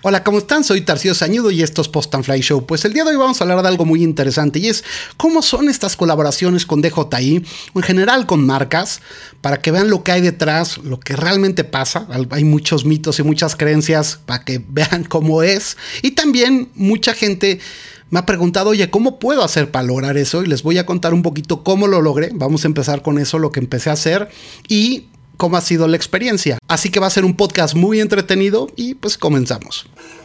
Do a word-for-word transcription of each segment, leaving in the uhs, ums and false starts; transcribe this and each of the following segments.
Hola, ¿cómo están? Soy Tarcisio Sañudo y esto es Post and Fly Show. Pues el día de hoy vamos a hablar de algo muy interesante y es cómo son estas colaboraciones con D J I, o en general con marcas, para que vean lo que hay detrás, lo que realmente pasa. Hay muchos mitos y muchas creencias para que vean cómo es. Y también mucha gente me ha preguntado, oye, ¿cómo puedo hacer para lograr eso? Y les voy a contar un poquito cómo lo logré. Vamos a empezar con eso, lo que empecé a hacer y cómo ha sido la experiencia. Así que va a ser un podcast muy entretenido y pues comenzamos.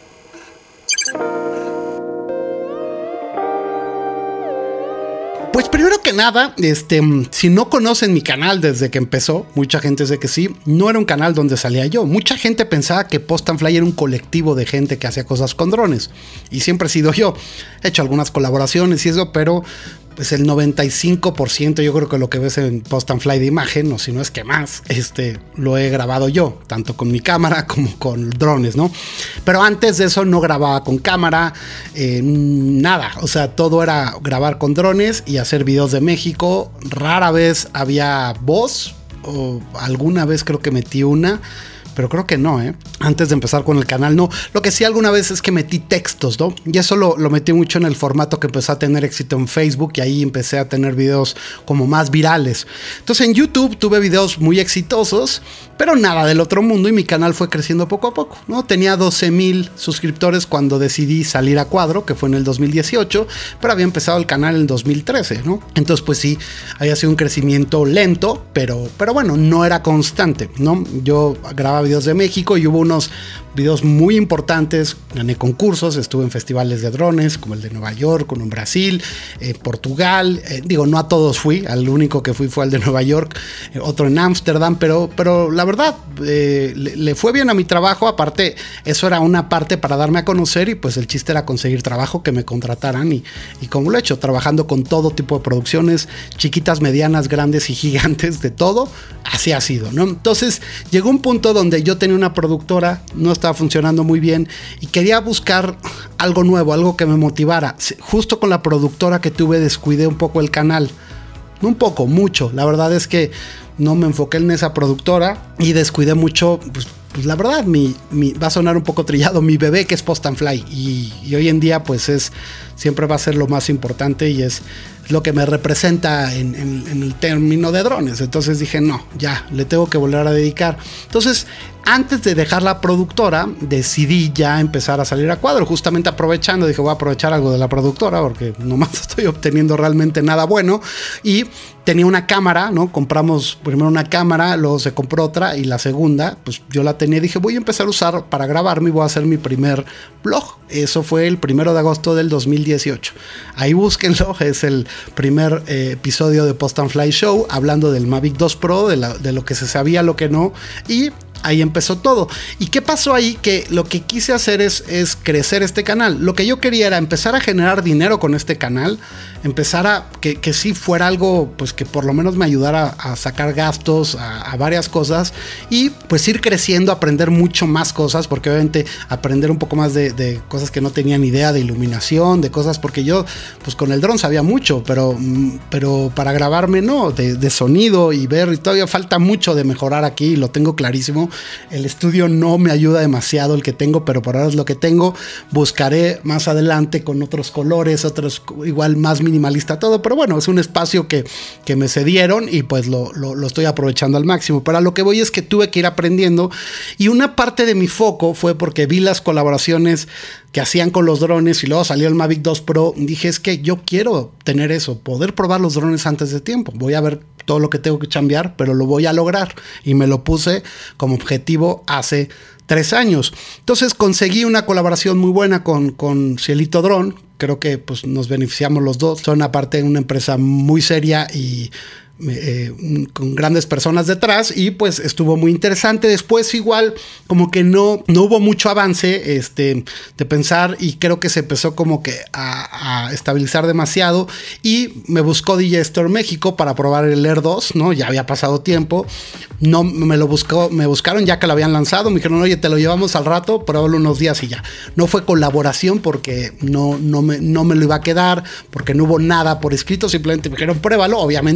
Pues primero que nada, este, si no conocen mi canal desde que empezó, mucha gente dice que sí, no era un canal donde salía yo. Mucha gente pensaba que Post and Fly era un colectivo de gente que hacía cosas con drones. Y siempre he sido yo. He hecho algunas colaboraciones y eso, pero pues el noventa y cinco por ciento yo creo que lo que ves en Post and Fly de imagen, o si no es que más, este, lo he grabado yo, tanto con mi cámara como con drones, ¿no? Pero antes de eso no grababa con cámara, eh, nada, o sea, todo era grabar con drones y hacer videos de México. Rara vez había voz, o alguna vez creo que metí una, pero creo que no, ¿eh? Antes de empezar con el canal, no. Lo que sí alguna vez es que metí textos, ¿no? Y eso lo, lo metí mucho en el formato que empezó a tener éxito en Facebook y ahí empecé a tener videos como más virales. Entonces en YouTube tuve videos muy exitosos, pero nada del otro mundo y mi canal fue creciendo poco a poco, ¿no? Tenía doce mil suscriptores cuando decidí salir a cuadro, que fue en el dos mil dieciocho, pero había empezado el canal en el dos mil trece, ¿no? Entonces pues sí, había sido un crecimiento lento, pero, pero bueno, no era constante, ¿no? Yo grababa videos de México y hubo unos videos muy importantes, gané concursos, estuve en festivales de drones como el de Nueva York, uno en Brasil, eh, Portugal, eh, digo, no a todos fui, al único que fui fue al de Nueva York, eh, otro en Ámsterdam, pero, pero la verdad eh, le, le fue bien a mi trabajo. Aparte eso era una parte para darme a conocer y pues el chiste era conseguir trabajo, que me contrataran y, y como lo he hecho, trabajando con todo tipo de producciones, chiquitas, medianas, grandes y gigantes, de todo, así ha sido, ¿no? Entonces llegó un punto donde yo tenía una productora, no estaba funcionando muy bien y quería buscar algo nuevo, algo que me motivara. Justo con la productora que tuve descuidé un poco el canal, no un poco, mucho. La verdad es que no me enfoqué en esa productora y descuidé mucho, pues, pues la verdad, mi, mi, va a sonar un poco trillado, mi bebé, que es Post and Fly, y, y hoy en día pues es, siempre va a ser lo más importante y es lo que me representa en, en, en el término de drones. Entonces dije, no, ya, le tengo que volver a dedicar. Entonces, antes de dejar la productora, decidí ya empezar a salir a cuadro, justamente aprovechando, dije, voy a aprovechar algo de la productora, porque nomás estoy obteniendo realmente nada bueno, y tenía una cámara, ¿no? Compramos primero una cámara, luego se compró otra, y la segunda, pues yo la tenía y dije, voy a empezar a usar para grabarme y voy a hacer mi primer vlog. Eso fue el primero de agosto del dos mil dieciocho. Ahí búsquenlo, es el primer eh, episodio de Post and Fly Show, hablando del Mavic dos Pro, de, la, de lo que se sabía, lo que no, y ahí empezó todo. ¿Y qué pasó ahí? Que lo que quise hacer es, es crecer este canal. Lo que yo quería era empezar a generar dinero con este canal, empezar a que, que sí fuera algo, pues que por lo menos me ayudara a sacar gastos, a, a varias cosas, y pues ir creciendo, aprender mucho más cosas, porque obviamente aprender un poco más de, de cosas que no tenía ni idea, de iluminación, de cosas, porque yo pues con el dron sabía mucho, pero, pero para grabarme no, de, de sonido y ver, y todavía falta mucho de mejorar aquí, lo tengo clarísimo. El estudio no me ayuda demasiado el que tengo, pero por ahora es lo que tengo. Buscaré más adelante con otros colores, otros igual más minimalista todo, pero bueno, es un espacio que, que me cedieron y pues lo, lo, lo estoy aprovechando al máximo. Pero a lo que voy es que tuve que ir aprendiendo y una parte de mi foco fue porque vi las colaboraciones que hacían con los drones y luego salió el Mavic dos Pro. Dije, es que yo quiero tener eso, poder probar los drones antes de tiempo. Voy a ver todo lo que tengo que chambear, pero lo voy a lograr. Y me lo puse como objetivo hace tres años. Entonces conseguí una colaboración muy buena con, con Cielito Drone. Creo que pues, nos beneficiamos los dos. Son aparte una empresa muy seria y Eh, con grandes personas detrás y pues estuvo muy interesante. Después igual como que no, no hubo mucho avance este, de pensar y creo que se empezó como que a, a estabilizar demasiado y me buscó D J Store México para probar el Air dos, ¿no? Ya había pasado tiempo, no me lo buscó, me buscaron ya que lo habían lanzado, me dijeron, oye, te lo llevamos al rato, pruébalo unos días y ya. No fue colaboración porque no, no, me, no me lo iba a quedar, porque no hubo nada por escrito, simplemente me dijeron, pruébalo. Obviamente pues yo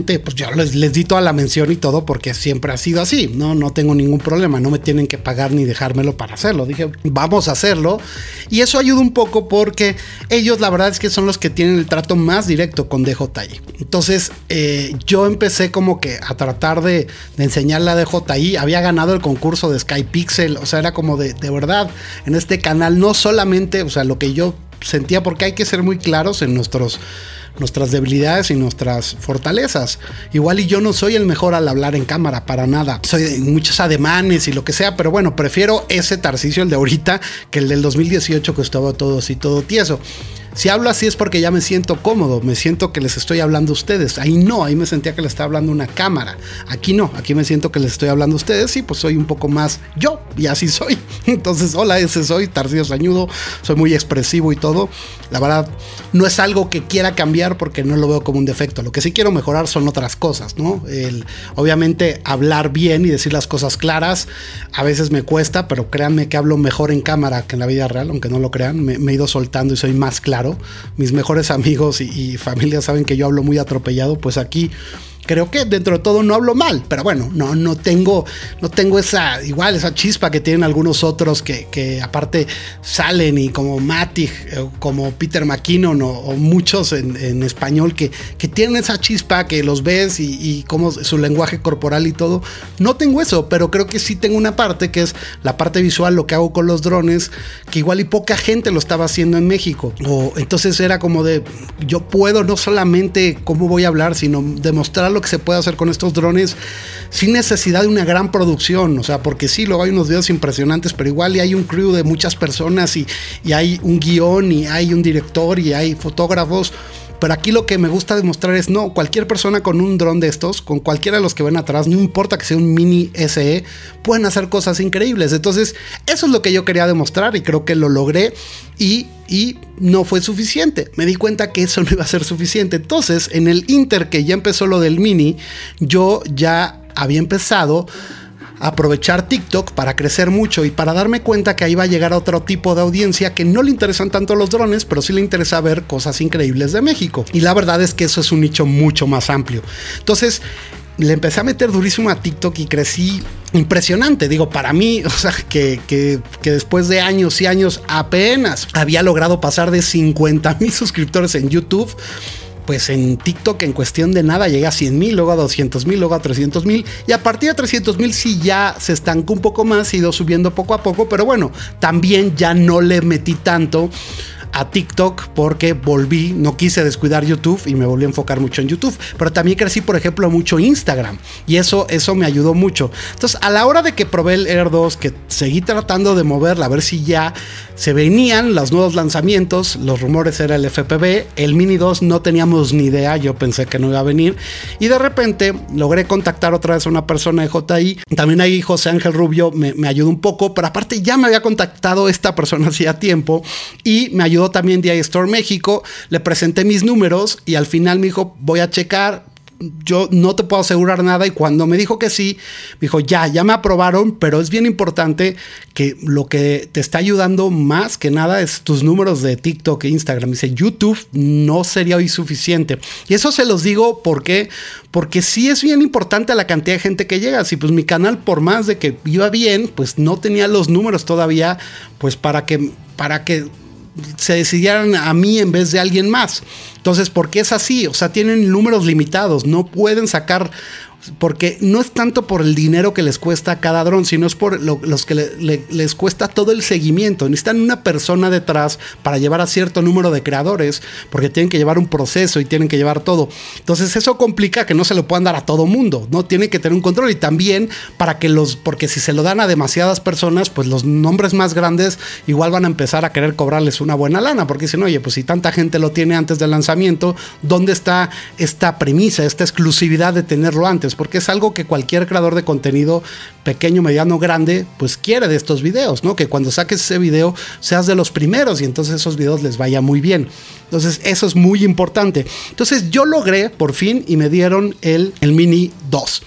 yo les, les di toda la mención y todo porque siempre ha sido así. No, no tengo ningún problema. No me tienen que pagar ni dejármelo para hacerlo. Dije, vamos a hacerlo. Y eso ayuda un poco porque ellos la verdad es que son los que tienen el trato más directo con D J I. Entonces eh, yo empecé como que a tratar de, de enseñarle a D J I. Había ganado el concurso de Skypixel. O sea, era como de, de verdad, en este canal no solamente, o sea, lo que yo sentía, porque hay que ser muy claros en nuestros nuestras debilidades y nuestras fortalezas. Igual y yo no soy el mejor al hablar en cámara, para nada. Soy de muchos ademanes y lo que sea, pero bueno, prefiero ese Tarcisio, el de ahorita, que el del dos mil dieciocho, que estaba todo así, todo tieso. Si hablo así es porque ya me siento cómodo, me siento que les estoy hablando a ustedes. Ahí no, ahí me sentía que les estaba hablando una cámara. Aquí no, aquí me siento que les estoy hablando a ustedes y pues soy un poco más yo, y así soy. Entonces, hola, ese soy, Tarcisio Sañudo, soy muy expresivo y todo. La verdad, no es algo que quiera cambiar porque no lo veo como un defecto. Lo que sí quiero mejorar son otras cosas, ¿no? El, obviamente, hablar bien y decir las cosas claras, a veces me cuesta, pero créanme que hablo mejor en cámara que en la vida real, aunque no lo crean. Me, me he ido soltando y soy más claro. Mis mejores amigos y, y familia saben que yo hablo muy atropellado, pues aquí creo que dentro de todo no hablo mal, pero bueno, no, no tengo, no tengo esa, igual esa chispa que tienen algunos otros que, que aparte salen, y como Matig, como Peter McKinnon o, o muchos en, en español que, que tienen esa chispa que los ves y, y como su lenguaje corporal y todo. No tengo eso, pero creo que sí tengo una parte que es la parte visual, lo que hago con los drones, que igual y poca gente lo estaba haciendo en México. O entonces era como de, yo puedo no solamente cómo voy a hablar, sino demostrar lo que se puede hacer con estos drones sin necesidad de una gran producción. O sea, porque sí, luego hay unos videos impresionantes, pero igual y hay un crew de muchas personas y, y hay un guión y hay un director y hay fotógrafos. Pero aquí lo que me gusta demostrar es, no, cualquier persona con un dron de estos, con cualquiera de los que ven atrás, no importa que sea un mini S E, pueden hacer cosas increíbles. Entonces, eso es lo que yo quería demostrar y creo que lo logré, y, y no fue suficiente. Me di cuenta que eso no iba a ser suficiente. Entonces, en el Inter, que ya empezó lo del mini, yo ya había empezado aprovechar TikTok para crecer mucho y para darme cuenta que ahí va a llegar a otro tipo de audiencia que no le interesan tanto los drones, pero sí le interesa ver cosas increíbles de México. Y la verdad es que eso es un nicho mucho más amplio. Entonces le empecé a meter durísimo a TikTok y crecí impresionante. Digo, para mí, o sea, que, que, que después de años y años apenas había logrado pasar de cincuenta mil suscriptores en YouTube, pues en TikTok en cuestión de nada llegué a cien mil, luego a doscientos mil, luego a trescientos mil, y a partir de trescientos mil sí ya se estancó un poco más, ha ido subiendo poco a poco, pero bueno, también ya no le metí tanto a TikTok porque volví, no quise descuidar YouTube y me volví a enfocar mucho en YouTube, pero también crecí, por ejemplo, mucho Instagram, y eso, eso me ayudó mucho. Entonces, a la hora de que probé el Air dos, que seguí tratando de moverla, a ver si ya se venían los nuevos lanzamientos, los rumores era el F P V, el Mini dos no teníamos ni idea, yo pensé que no iba a venir, y de repente logré contactar otra vez a una persona de J I, también ahí José Ángel Rubio me, me ayudó un poco, pero aparte ya me había contactado esta persona hacía tiempo, y me ayudó también D I Store México. Le presenté mis números y al final me dijo, voy a checar, yo no te puedo asegurar nada, y cuando me dijo que sí, me dijo, ya, ya me aprobaron, pero es bien importante que lo que te está ayudando más que nada es tus números de TikTok e Instagram. Dice, YouTube no sería hoy suficiente. Y eso se los digo porque, porque sí es bien importante la cantidad de gente que llega. Si pues mi canal, por más de que iba bien, pues no tenía los números todavía, pues para que, para que se decidieran a mí en vez de alguien más. Entonces, ¿por qué es así? O sea, tienen números limitados, no pueden sacar, porque no es tanto por el dinero que les cuesta cada dron, sino es por lo, los que le, le, les cuesta todo el seguimiento. Necesitan una persona detrás para llevar a cierto número de creadores, porque tienen que llevar un proceso y tienen que llevar todo. Entonces eso complica que no se lo puedan dar a todo mundo, ¿no? Tienen que tener un control, y también para que los, porque si se lo dan a demasiadas personas, pues los nombres más grandes igual van a empezar a querer cobrarles una buena lana, porque dicen, oye, pues si tanta gente lo tiene antes del lanzamiento, ¿dónde está esta premisa, esta exclusividad de tenerlo antes? Porque es algo que cualquier creador de contenido, pequeño, mediano, grande, pues quiere de estos videos, ¿no? Que cuando saques ese video seas de los primeros y entonces esos videos les vaya muy bien. Entonces eso es muy importante. Entonces yo logré por fin y me dieron el, el Mini dos.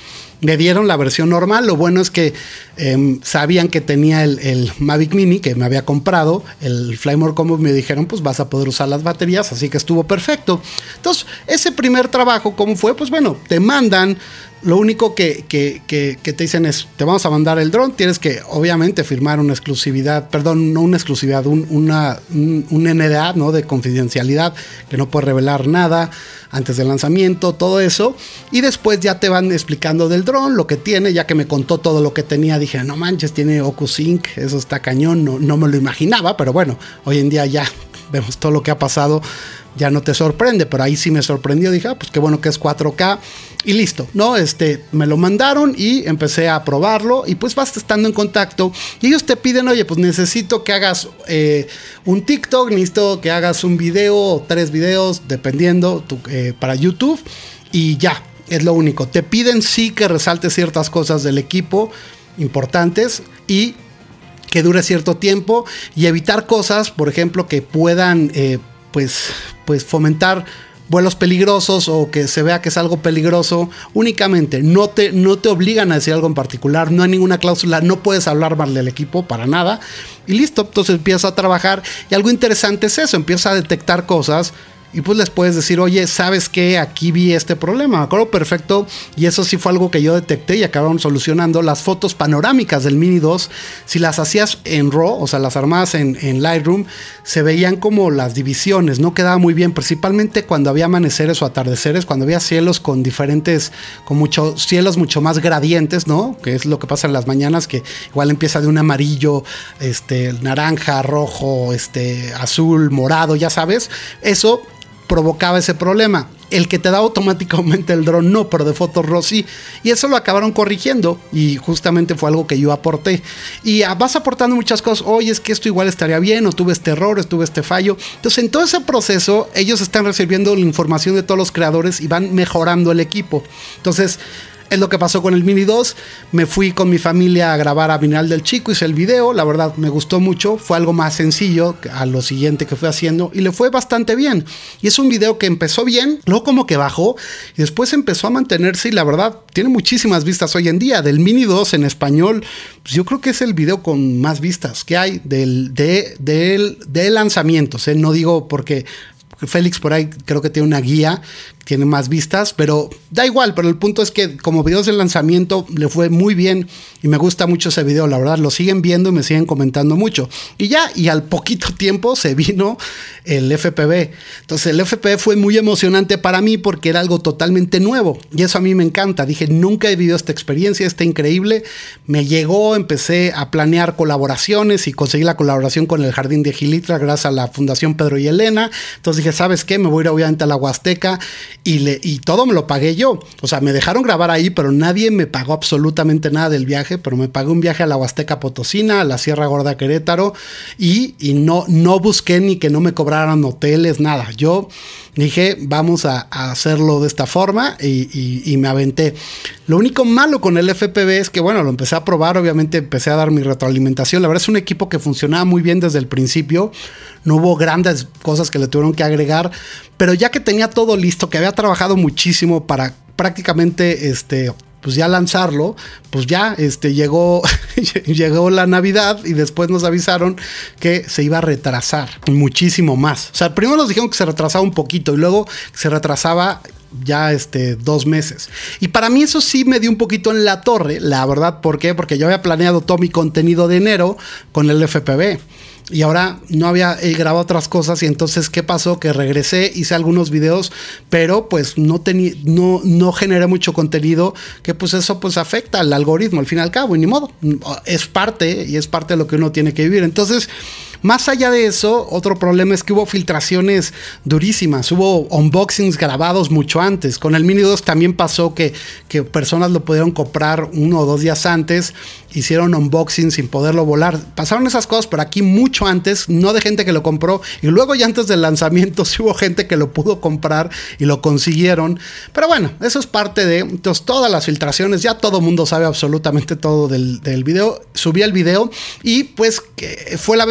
Me dieron la versión normal. Lo bueno es que eh, sabían que tenía el, el Mavic Mini que me había comprado, el Flymore Combo, me dijeron pues vas a poder usar las baterías, así que estuvo perfecto. Entonces ese primer trabajo, ¿cómo fue? Pues bueno, te mandan. Lo único que, que, que, que te dicen es, te vamos a mandar el dron, tienes que obviamente firmar una exclusividad, perdón, no una exclusividad, un, una, un, un N D A, ¿no? De confidencialidad, que no puedes revelar nada antes del lanzamiento, todo eso. Y después ya te van explicando del dron, lo que tiene, ya que me contó todo lo que tenía, dije, no manches, tiene OcuSync, eso está cañón, no, no me lo imaginaba, pero bueno, hoy en día ya vemos todo lo que ha pasado. Ya no te sorprende, pero ahí sí me sorprendió. Dije, ah, pues qué bueno que es cuatro K y listo, ¿no? Este, me lo mandaron y empecé a probarlo y pues vas estando en contacto y ellos te piden, oye, pues necesito que hagas eh, un TikTok, necesito que hagas un video o tres videos, dependiendo, tu, eh, para YouTube y ya, es lo único. Te piden sí que resaltes ciertas cosas del equipo importantes y que dure cierto tiempo y evitar cosas, por ejemplo, que puedan... Eh, Pues, pues fomentar vuelos peligrosos o que se vea que es algo peligroso únicamente. No te, no te obligan a decir algo en particular, no hay ninguna cláusula, no puedes hablar mal del equipo para nada. Y listo, entonces empiezas a trabajar y algo interesante es eso, empiezas a detectar cosas. Y pues les puedes decir, oye, ¿sabes qué? Aquí vi este problema. Me acuerdo perfecto. Y eso sí fue algo que yo detecté y acabaron solucionando. Las fotos panorámicas del Mini dos, si las hacías en RAW, o sea, las armabas en, en Lightroom, se veían como las divisiones. No quedaba muy bien, principalmente cuando había amaneceres o atardeceres, cuando había cielos con diferentes, con muchos cielos mucho más gradientes, ¿no? Que es lo que pasa en las mañanas, que igual empieza de un amarillo, este, naranja, rojo, este, azul, morado, ya sabes. Eso provocaba ese problema. El que te da automáticamente el dron no, pero de fotos RAW sí. Y eso lo acabaron corrigiendo y justamente fue algo que yo aporté. Y vas aportando muchas cosas. Oye, es que esto igual estaría bien, o tuve este error, o tuve este fallo. Entonces en todo ese proceso ellos están recibiendo la información de todos los creadores y van mejorando el equipo. Entonces es lo que pasó con el Mini dos. Me fui con mi familia a grabar a Vinal del Chico, hice el video, la verdad me gustó mucho, fue algo más sencillo a lo siguiente que fui haciendo y le fue bastante bien. Y es un video que empezó bien, luego como que bajó y después empezó a mantenerse y la verdad tiene muchísimas vistas hoy en día. Del Mini dos en español, pues yo creo que es el video con más vistas que hay del, de, del, de lanzamientos, ¿eh? No digo porque Félix por ahí creo que tiene una guía, tiene más vistas, pero da igual, pero el punto es que como videos de lanzamiento le fue muy bien y me gusta mucho ese video, la verdad, lo siguen viendo y me siguen comentando mucho. Y ya, y al poquito tiempo se vino el F P V. Entonces el F P V fue muy emocionante para mí porque era algo totalmente nuevo y eso a mí me encanta. Dije, nunca he vivido esta experiencia, está increíble. Me llegó, empecé a planear colaboraciones y conseguí la colaboración con el Jardín de Gilitla gracias a la Fundación Pedro y Elena. Entonces dije, ¿sabes qué? Me voy a ir obviamente a la Huasteca y, le, y todo me lo pagué yo. O sea, me dejaron grabar ahí, pero nadie me pagó absolutamente nada del viaje, pero me pagué un viaje a la Huasteca Potosina, a la Sierra Gorda Querétaro y, y no, no busqué ni que no me cobraran hoteles, nada. Yo dije, vamos a, a hacerlo de esta forma y, y, y me aventé. Lo único malo con el F P V es que, bueno, lo empecé a probar, obviamente empecé a dar mi retroalimentación. La verdad es un equipo que funcionaba muy bien desde el principio. No hubo grandes cosas que le tuvieron que agregar, pero ya que tenía todo listo, que había trabajado muchísimo para prácticamente este, pues ya lanzarlo, pues ya este, llegó, llegó la Navidad y después nos avisaron que se iba a retrasar muchísimo más. O sea, primero nos dijeron que se retrasaba un poquito y luego se retrasaba ya este, dos meses. Y para mí eso sí me dio un poquito en la torre, la verdad. ¿Por qué? Porque yo había planeado todo mi contenido de enero con el F P V. Y ahora no había eh, grabado otras cosas y entonces ¿qué pasó? Que regresé, hice algunos videos, pero pues no tenía, no, no generé mucho contenido, que pues eso pues afecta al algoritmo al fin y al cabo, y ni modo, es parte y es parte de lo que uno tiene que vivir. Entonces, más allá de eso, otro problema es que hubo filtraciones durísimas, hubo unboxings grabados mucho antes. Con el Mini dos también pasó que, que personas lo pudieron comprar uno o dos días antes, hicieron unboxing sin poderlo volar. Pasaron esas cosas, pero aquí mucho antes, no de gente que lo compró, y luego ya antes del lanzamiento sí hubo gente que lo pudo comprar y lo consiguieron. Pero bueno, eso es parte de entonces, todas las filtraciones, ya todo el mundo sabe absolutamente todo del, del video. Subí el video y pues que fue la vez que más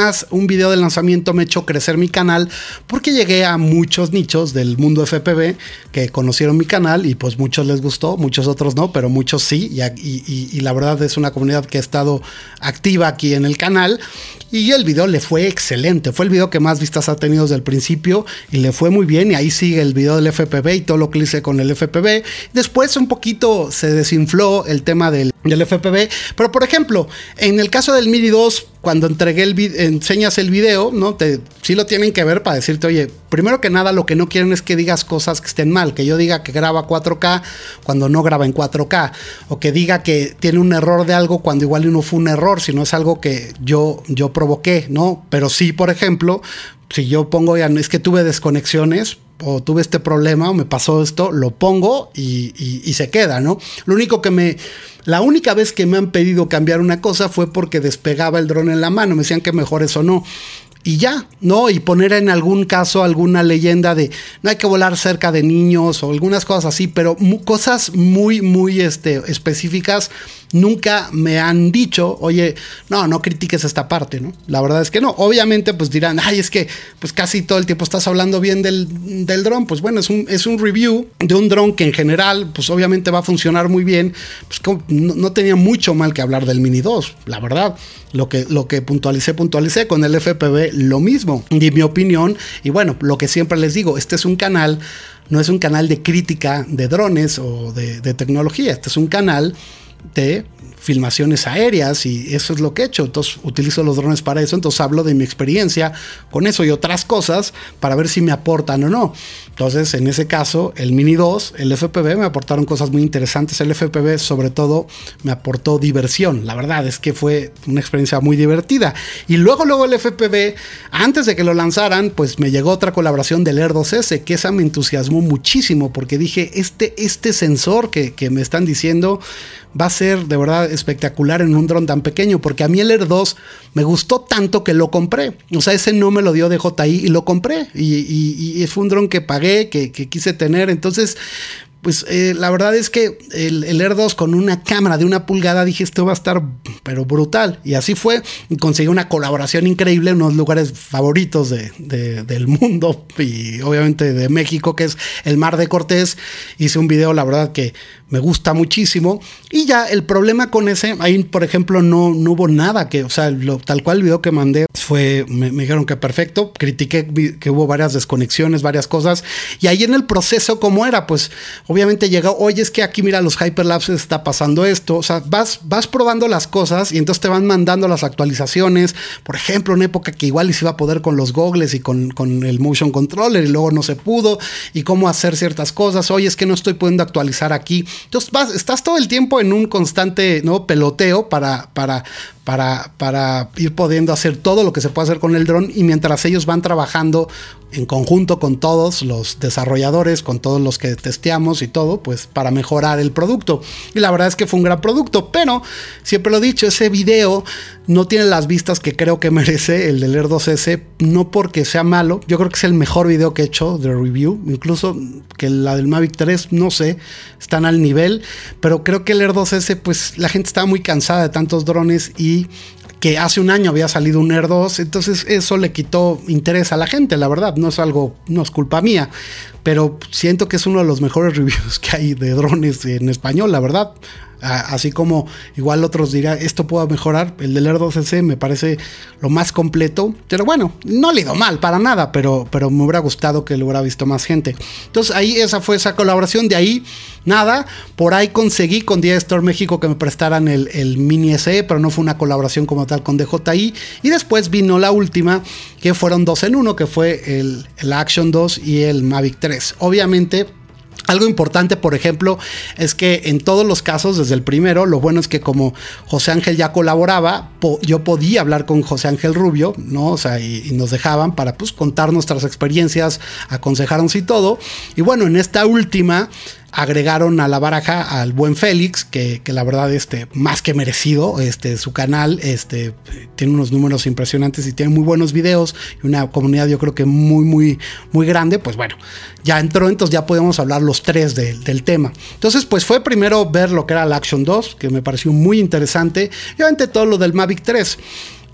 además un video de lanzamiento me echó crecer mi canal porque llegué a muchos nichos del mundo F P V que conocieron mi canal y pues muchos les gustó, muchos otros no, pero muchos sí, y, y, y la verdad es una comunidad que ha estado activa aquí en el canal. Y el video le fue excelente, fue el video que más vistas ha tenido desde el principio y le fue muy bien, y ahí sigue el video del F P V y todo lo que hice con el F P V. Después un poquito se desinfló el tema del, del F P V, pero por ejemplo, en el caso del Mini dos, cuando entregué el video, enseñas el video, ¿no? Te, sí lo tienen que ver para decirte, oye, primero que nada lo que no quieren es que digas cosas que estén mal, que yo diga que graba cuatro K cuando no graba en cuatro K, o que diga que tiene un error de algo cuando igual no fue un error, sino es algo que yo, yo provoqué, ¿no? Pero sí, por ejemplo, si yo pongo, ya, es que tuve desconexiones, o tuve este problema, o me pasó esto, lo pongo y, y, y se queda, ¿no? Lo único que me... La única vez que me han pedido cambiar una cosa fue porque despegaba el dron en la mano, me decían que mejor eso no. Y ya, ¿no? Y poner en algún caso alguna leyenda de no hay que volar cerca de niños o algunas cosas así, pero mu- cosas muy, muy este, específicas nunca me han dicho, oye, no, no critiques esta parte, ¿no? La verdad es que no. Obviamente, pues dirán, ay, es que pues casi todo el tiempo estás hablando bien del, del dron. Pues bueno, es un, es un review de un dron que en general, pues obviamente va a funcionar muy bien. Pues como, no, no tenía mucho mal que hablar del Mini dos, la verdad. Lo que, lo que puntualicé, puntualicé con el F P V, lo mismo, y mi opinión. Y bueno, lo que siempre les digo, este es un canal, no es un canal de crítica de drones o de, de tecnología, este es un canal de filmaciones aéreas y eso es lo que he hecho. Entonces utilizo los drones para eso, entonces hablo de mi experiencia con eso y otras cosas para ver si me aportan o no. Entonces en ese caso el Mini dos, el F P V me aportaron cosas muy interesantes. El F P V sobre todo me aportó diversión, la verdad es que fue una experiencia muy divertida. Y luego luego el F P V, antes de que lo lanzaran, pues me llegó otra colaboración del Air dos ese, que esa me entusiasmó muchísimo porque dije, este, este sensor que, que me están diciendo va a ser de verdad espectacular en un dron tan pequeño, porque a mí el Air dos me gustó tanto que lo compré. O sea, ese no me lo dio D J I y lo compré. Y, y, y fue un dron que pagué, que, que quise tener. Entonces, pues eh, la verdad es que el, el Air dos con una cámara de una pulgada, dije, esto va a estar pero brutal. Y así fue. Y conseguí una colaboración increíble en unos lugares favoritos de, de, del mundo y obviamente de México, que es el Mar de Cortés. Hice un video, la verdad, que me gusta muchísimo. Y ya el problema con ese, ahí por ejemplo no, no hubo nada que, o sea, lo, tal cual el video que mandé fue, me, me dijeron que perfecto. Critiqué que hubo varias desconexiones, varias cosas. Y ahí en el proceso, ¿cómo era? Pues obviamente llegó, oye, es que aquí mira los hyperlapses está pasando esto. O sea, vas, vas probando las cosas y entonces te van mandando las actualizaciones. Por ejemplo, una época que igual se iba a poder con los goggles y con, con el motion controller y luego no se pudo. Y cómo hacer ciertas cosas. Oye, es que no estoy pudiendo actualizar aquí. Entonces vas, estás todo el tiempo en un constante, ¿no?, peloteo para, para, para, para ir pudiendo hacer todo lo que se puede hacer con el dron, y mientras ellos van trabajando en conjunto con todos los desarrolladores, con todos los que testeamos y todo, pues para mejorar el producto. Y la verdad es que fue un gran producto, pero siempre lo he dicho, ese video no tiene las vistas que creo que merece el del Air dos ese, no porque sea malo, yo creo que es el mejor video que he hecho de review, incluso que la del Mavic tres, no sé, están al nivel, pero creo que el Air dos ese, pues la gente estaba muy cansada de tantos drones y que hace un año había salido un Air dos, entonces eso le quitó interés a la gente, la verdad, no es algo, no es culpa mía, pero siento que es uno de los mejores reviews que hay de drones en español, la verdad. Así como igual otros dirán, esto puedo mejorar, el del Air dos ese me parece lo más completo, pero bueno, no le he ido mal para nada, pero, pero me hubiera gustado que lo hubiera visto más gente. Entonces ahí esa fue esa colaboración, de ahí nada, por ahí conseguí con Día Store México que me prestaran el, el Mini S E, pero no fue una colaboración como tal con D J I, y después vino la última, que fueron dos en uno, que fue el, el Action dos y el Mavic tres. Obviamente, algo importante, por ejemplo, es que en todos los casos, desde el primero, lo bueno es que como José Ángel ya colaboraba, po- yo podía hablar con José Ángel Rubio, ¿no? O sea, y, y nos dejaban para, pues, contar nuestras experiencias, aconsejarnos y todo. Y bueno, en esta última agregaron a la baraja al buen Félix, que, que la verdad, este, más que merecido, este, su canal, este, tiene unos números impresionantes y tiene muy buenos videos y una comunidad, yo creo que muy, muy, muy grande. Pues bueno, ya entró, entonces ya podemos hablar los tres de, del tema. Entonces, pues fue primero ver lo que era el Action dos, que me pareció muy interesante, y obviamente todo lo del Mavic tres.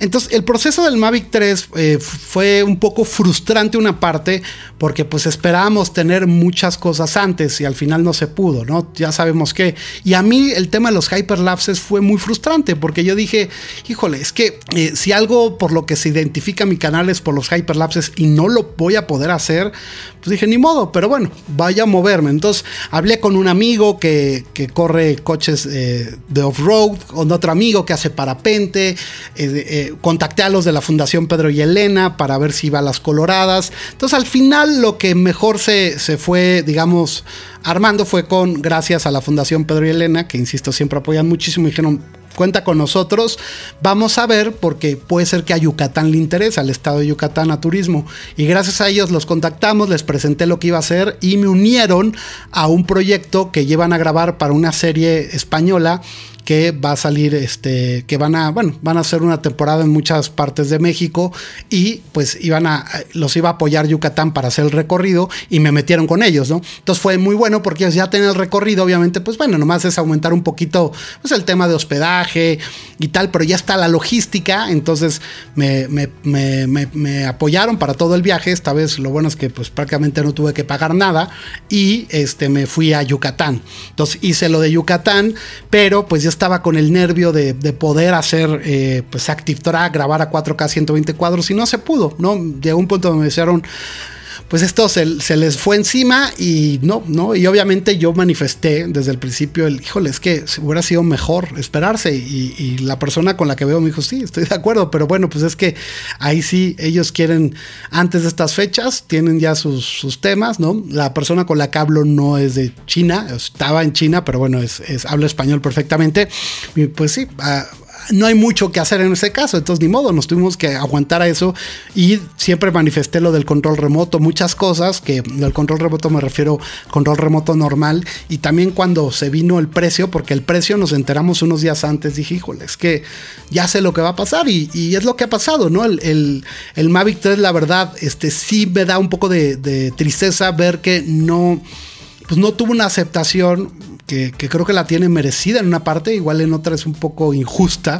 Entonces, el proceso del Mavic tres eh, fue un poco frustrante una parte, porque pues esperábamos tener muchas cosas antes y al final no se pudo, ¿no? Ya sabemos qué. Y a mí el tema de los hyperlapses fue muy frustrante, porque yo dije, híjole, es que eh, si algo por lo que se identifica mi canal es por los hyperlapses y no lo voy a poder hacer, pues dije, ni modo, pero bueno, vaya a moverme. Entonces, hablé con un amigo que, que corre coches eh, de off-road, con otro amigo que hace parapente, eh, eh, contacté a los de la Fundación Pedro y Elena para ver si iba a las Coloradas. Entonces, al final, lo que mejor se, se fue, digamos, armando fue con, gracias a la Fundación Pedro y Elena, que insisto, siempre apoyan muchísimo, y dijeron, cuenta con nosotros, vamos a ver, porque puede ser que a Yucatán le interesa, al estado de Yucatán, a turismo. Y gracias a ellos los contactamos, les presenté lo que iba a hacer y me unieron a un proyecto que llevan a grabar para una serie española que va a salir, este, que van a, bueno, van a hacer una temporada en muchas partes de México, y pues iban a, los iba a apoyar Yucatán para hacer el recorrido, y me metieron con ellos, ¿no? Entonces fue muy bueno, porque ellos ya tienen el recorrido, obviamente, pues bueno, nomás es aumentar un poquito, pues el tema de hospedaje y tal, pero ya está la logística. Entonces me, me, me, me, me apoyaron para todo el viaje. Esta vez lo bueno es que pues prácticamente no tuve que pagar nada, y este, me fui a Yucatán. Entonces hice lo de Yucatán, pero pues ya estaba con el nervio de, de poder hacer eh, pues Active Track, grabar a cuatro K ciento veinte cuadros, y no se pudo, ¿no? Llegó un punto donde me dijeron, pues esto se, se les fue encima, y no, no, y obviamente yo manifesté desde el principio el, híjole, es que hubiera sido mejor esperarse, y, y la persona con la que veo me dijo, sí, estoy de acuerdo, pero bueno, pues es que ahí sí, ellos quieren antes de estas fechas, tienen ya sus, sus temas, ¿no? La persona con la que hablo no es de China, estaba en China, pero bueno, es, es habla español perfectamente, y pues sí, a, no hay mucho que hacer en ese caso, entonces ni modo, nos tuvimos que aguantar a eso, y siempre manifesté lo del control remoto, muchas cosas, que del control remoto me refiero control remoto normal, y también cuando se vino el precio, porque el precio nos enteramos unos días antes, dije, híjole, es que ya sé lo que va a pasar, y, y es lo que ha pasado, ¿no? El, el, el Mavic tres, la verdad, este sí me da un poco de, de tristeza ver que no, pues no tuvo una aceptación Que, que creo que la tiene merecida en una parte, igual en otra es un poco injusta,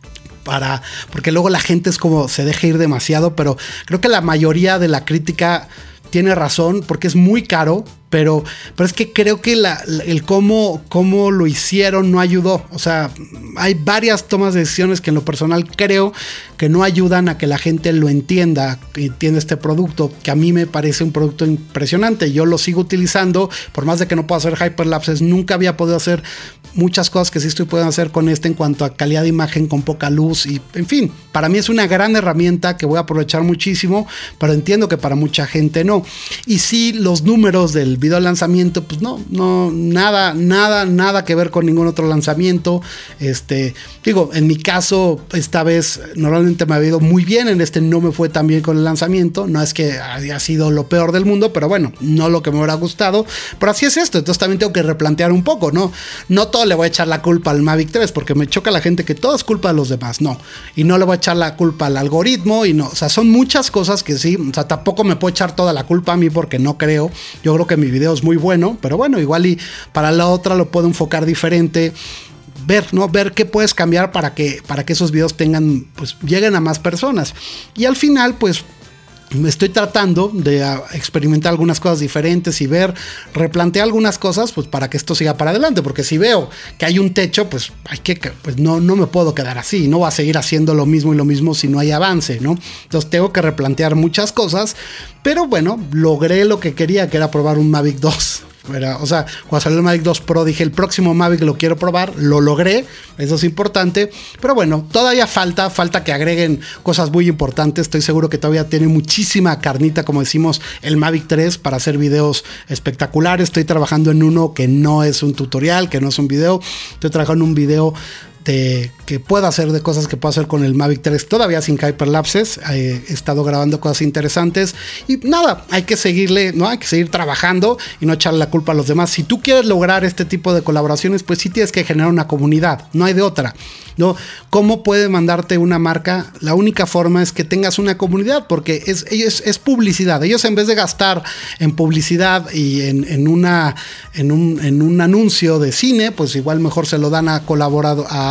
para, porque luego la gente es como se deja ir demasiado, pero creo que la mayoría de la crítica tiene razón, porque es muy caro, pero, pero es que creo que la, la, el cómo, cómo lo hicieron no ayudó. O sea, hay varias tomas de decisiones que en lo personal creo que no ayudan a que la gente lo entienda, que entienda este producto, que a mí me parece un producto impresionante. Yo lo sigo utilizando, por más de que no puedo hacer hyperlapses, nunca había podido hacer muchas cosas que sí estoy pudiendo hacer con este en cuanto a calidad de imagen con poca luz, y en fin, para mí es una gran herramienta que voy a aprovechar muchísimo, pero entiendo que para mucha gente no. Y sí, los números del video lanzamiento, pues no, no, nada, nada, nada que ver con ningún otro lanzamiento. Este, digo, en mi caso, esta vez normalmente me ha ido muy bien, en este no me fue tan bien con el lanzamiento, no es que haya sido lo peor del mundo, pero bueno, no lo que me hubiera gustado, pero así es esto, entonces también tengo que replantear un poco, ¿no? No todo le voy a echar la culpa al Mavic tres, porque me choca la gente que todo es culpa de los demás, no, y no le voy a echar la culpa al algoritmo, y no, o sea, son muchas cosas que sí, o sea, tampoco me puedo echar toda la culpa a mí, porque no creo, yo creo que mi video es muy bueno, pero bueno, igual y para la otra lo puedo enfocar diferente, ver, ¿no? Ver qué puedes cambiar para que, para que esos videos tengan, pues lleguen a más personas, y al final, pues me estoy tratando de experimentar algunas cosas diferentes y ver, replantear algunas cosas, pues para que esto siga para adelante, porque si veo que hay un techo, pues hay que, pues no, no me puedo quedar así, no voy a seguir haciendo lo mismo y lo mismo si no hay avance, ¿no? Entonces tengo que replantear muchas cosas, pero bueno, logré lo que quería, que era probar un Mavic dos. Era, o sea, cuando salió el Mavic dos Pro dije, el próximo Mavic lo quiero probar, lo logré, eso es importante, pero bueno, todavía falta, falta que agreguen cosas muy importantes, estoy seguro que todavía tiene muchísima carnita, como decimos, el Mavic tres para hacer videos espectaculares. Estoy trabajando en uno que no es un tutorial, que no es un video, estoy trabajando en un video de, que pueda hacer de cosas que puedo hacer con el Mavic tres todavía sin hyperlapses. Eh, he estado grabando cosas interesantes y nada, hay que seguirle, ¿no? Hay que seguir trabajando y no echarle la culpa a los demás. Si tú quieres lograr este tipo de colaboraciones, pues sí tienes que generar una comunidad, no hay de otra, ¿no? ¿Cómo puede mandarte una marca? La única forma es que tengas una comunidad, porque es, es, es publicidad. Ellos, en vez de gastar en publicidad y en, en, una, en, un, en un anuncio de cine, pues igual mejor se lo dan a colaborado a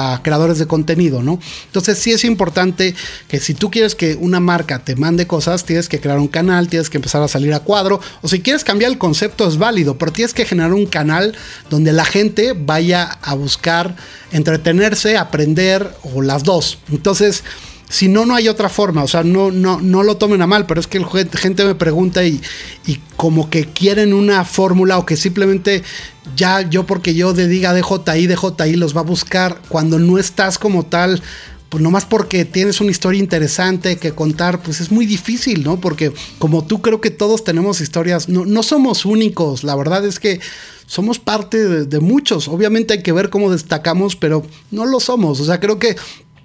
a creadores de contenido, ¿no? Entonces sí es importante que si tú quieres que una marca te mande cosas, tienes que crear un canal, tienes que empezar a salir a cuadro, o si quieres cambiar el concepto es válido, pero tienes que generar un canal donde la gente vaya a buscar entretenerse, aprender o las dos. Entonces, si no, no hay otra forma. O sea, no, no, no lo tomen a mal, pero es que el gente me pregunta y, y como que quieren una fórmula o que simplemente ya yo porque yo de diga D J I, D J I los va a buscar cuando no estás como tal. Pues nomás porque tienes una historia interesante que contar, pues es muy difícil, ¿no? Porque como tú, creo que todos tenemos historias, no, no somos únicos, la verdad es que somos parte de, de muchos. Obviamente hay que ver cómo destacamos, pero no lo somos. O sea, creo que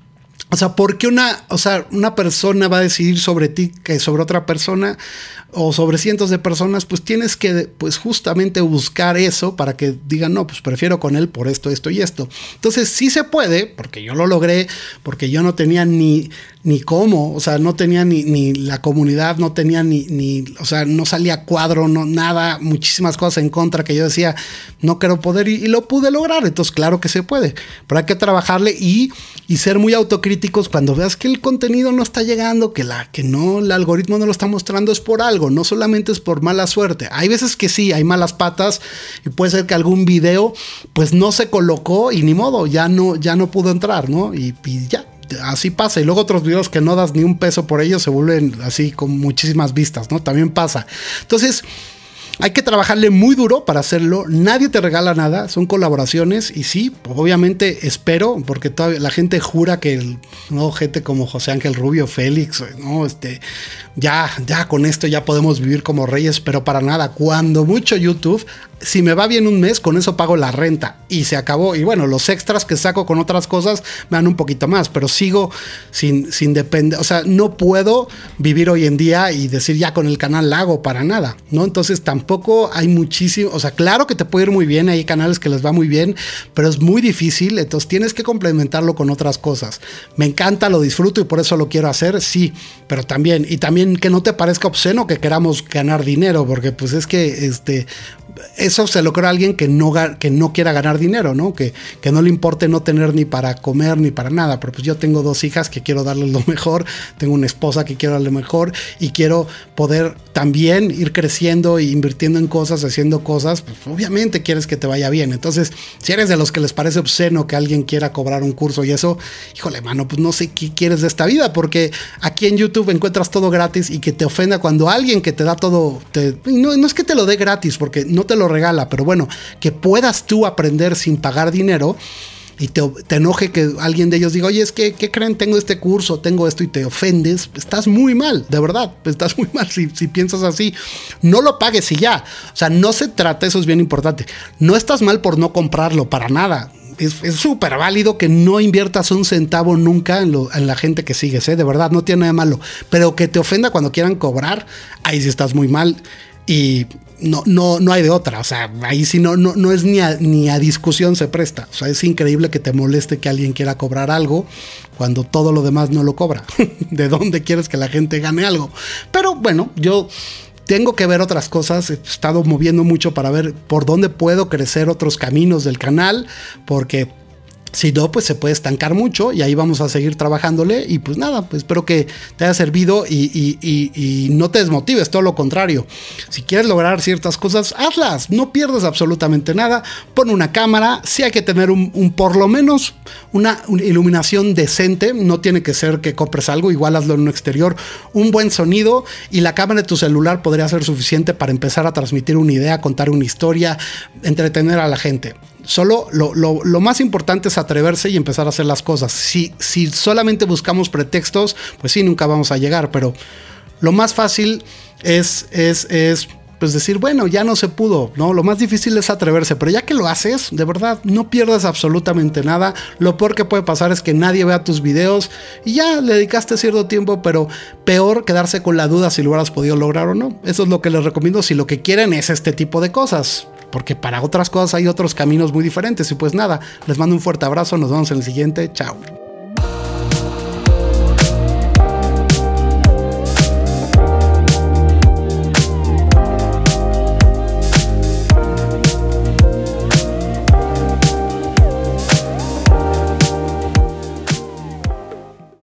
O sea, ¿por qué una, o sea, una persona va a decidir sobre ti que sobre otra persona o sobre cientos de personas? Pues tienes que, pues justamente buscar eso para que digan, no, pues prefiero con él por esto, esto y esto. Entonces sí se puede, porque yo lo logré, porque yo no tenía ni, ni cómo, o sea, no tenía ni, ni la comunidad, no tenía ni, ni, o sea, no salía cuadro, no, nada, muchísimas cosas en contra que yo decía, no quiero poder y, y lo pude lograr. Entonces claro que se puede, pero hay que trabajarle y, y ser muy autocríticos cuando veas que el contenido no está llegando, que, la, que no, el algoritmo no lo está mostrando, es por algo. No solamente es por mala suerte. Hay veces que sí, hay malas patas y puede ser que algún video pues no se colocó y ni modo, ya no, ya no pudo entrar, ¿no? Y, y ya, así pasa. Y luego otros videos que no das ni un peso por ellos se vuelven así con muchísimas vistas, ¿no? También pasa. Entonces, hay que trabajarle muy duro para hacerlo. Nadie te regala nada, son colaboraciones. Y sí, obviamente espero, porque todavía la gente jura que el, no, gente como José Ángel Rubio, Félix, no, este, ya, ya con esto ya podemos vivir como reyes, pero para nada. Cuando mucho YouTube, si me va bien un mes, con eso pago la renta y se acabó. Y bueno, los extras que saco con otras cosas me dan un poquito más, pero sigo sin, sin depender. O sea, no puedo vivir hoy en día y decir ya con el canal la hago para nada, ¿no? Entonces tampoco hay muchísimo. O sea, claro que te puede ir muy bien, hay canales que les va muy bien, pero es muy difícil. Entonces tienes que complementarlo con otras cosas. Me encanta, lo disfruto y por eso lo quiero hacer, sí, pero también, y también que no te parezca obsceno que queramos ganar dinero, porque pues es que este. Eso se lo creo a alguien que no, que no quiera ganar dinero, ¿no? Que, que no le importe no tener ni para comer ni para nada. Pero pues yo tengo dos hijas que quiero darles lo mejor, tengo una esposa que quiero darle mejor y quiero poder también ir creciendo e invirtiendo en cosas, haciendo cosas. Pues obviamente quieres que te vaya bien. Entonces, si eres de los que les parece obsceno que alguien quiera cobrar un curso y eso, híjole, mano, pues no sé qué quieres de esta vida, porque aquí en YouTube encuentras todo gratis y que te ofenda cuando alguien que te da todo, te, no, no es que te lo dé gratis, porque no te lo regala, pero bueno, que puedas tú aprender sin pagar dinero y te, te enoje que alguien de ellos diga, oye, es que, ¿qué creen? Tengo este curso, tengo esto y te ofendes, estás muy mal, de verdad, estás muy mal si, si piensas así. No lo pagues y ya, o sea, no se trata, eso es bien importante, no estás mal por no comprarlo, para nada. Es súper válido que no inviertas un centavo nunca en, lo, en la gente que sigues, ¿eh? De verdad, no tiene nada de malo, pero que te ofenda cuando quieran cobrar, ahí sí estás muy mal y no, no, no hay de otra. O sea, ahí sí no, no, no es ni a, ni a discusión se presta. O sea, es increíble que te moleste que alguien quiera cobrar algo cuando todo lo demás no lo cobra. ¿De dónde quieres que la gente gane algo? Pero bueno, yo tengo que ver otras cosas. He estado moviendo mucho para ver por dónde puedo crecer otros caminos del canal, porque si no, pues se puede estancar mucho y ahí vamos a seguir trabajándole. Y pues nada, pues espero que te haya servido y, y, y, y no te desmotives, todo lo contrario. Si quieres lograr ciertas cosas, hazlas, no pierdas absolutamente nada. Pon una cámara, sí hay que tener un, un por lo menos una, una iluminación decente, no tiene que ser que compres algo, igual hazlo en un exterior, un buen sonido y la cámara de tu celular podría ser suficiente para empezar a transmitir una idea, contar una historia, entretener a la gente. Solo lo, lo, lo más importante es atreverse y empezar a hacer las cosas. Si, si solamente buscamos pretextos, pues sí, nunca vamos a llegar, pero lo más fácil es, es, es pues decir, bueno, ya no se pudo, ¿no? Lo más difícil es atreverse, pero ya que lo haces, de verdad, no pierdas absolutamente nada. Lo peor que puede pasar es que nadie vea tus videos y ya le dedicaste cierto tiempo, pero peor quedarse con la duda si lo hubieras podido lograr o no. Eso es lo que les recomiendo si lo que quieren es este tipo de cosas, porque para otras cosas hay otros caminos muy diferentes. Y pues nada, les mando un fuerte abrazo, nos vemos en el siguiente, chao.